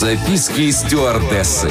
Записки стюардессы.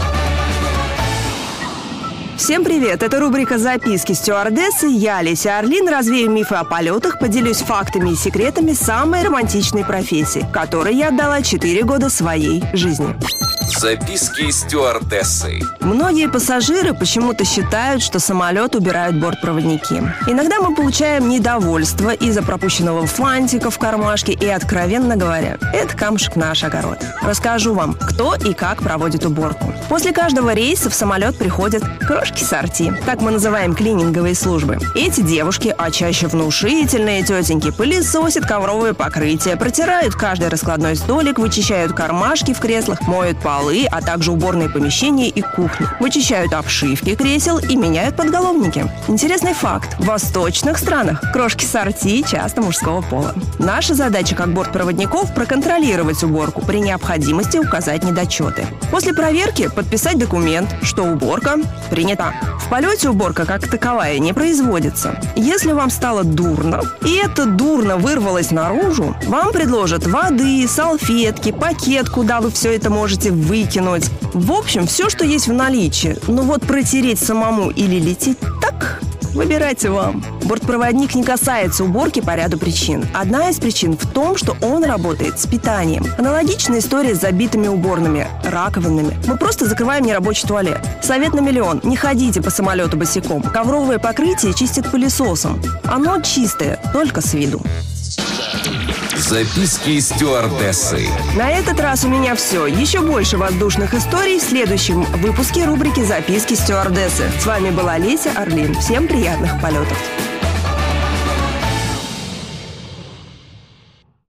Всем привет! Это рубрика «Записки стюардессы». Я, Леся Орлин, развею мифы о полетах, поделюсь фактами и секретами самой романтичной профессии, которой я отдала 4 года своей жизни. Записки стюардессы. Многие пассажиры почему-то считают, что самолет убирают бортпроводники. Иногда мы получаем недовольство из-за пропущенного фантика в кармашке и, откровенно говоря, это камушек в наш огород. Расскажу вам, кто и как проводит уборку. После каждого рейса в самолет приходят крошки сорти. Так мы называем клининговые службы. Эти девушки, а чаще внушительные тетеньки, пылесосят ковровое покрытие, протирают каждый раскладной столик, вычищают кармашки в креслах, моют полы, а также уборные помещения и кухни. Вычищают обшивки кресел и меняют подголовники. Интересный факт. В восточных странах крошки сорти часто мужского пола. Наша задача как бортпроводников – проконтролировать уборку, при необходимости указать недочеты. После проверки подписать документ, что уборка принята. В полете уборка как таковая не производится. Если вам стало дурно, и это дурно вырвалось наружу, вам предложат воды, салфетки, пакет, куда вы все это можете выкинуть. В общем, все, что есть в наличии. Но вот протереть самому или лететь так, выбирайте вам. Бортпроводник не касается уборки по ряду причин. Одна из причин в том, что он работает с питанием. Аналогичная история с забитыми уборными, раковинами. Мы просто закрываем нерабочий туалет. Совет на миллион. Не ходите по самолету босиком. Ковровое покрытие чистят пылесосом. Оно чистое, только с виду. Записки стюардессы. На этот раз у меня все. Еще больше воздушных историй в следующем выпуске рубрики «Записки стюардессы». С вами была Леся Орлин. Всем приятных полетов.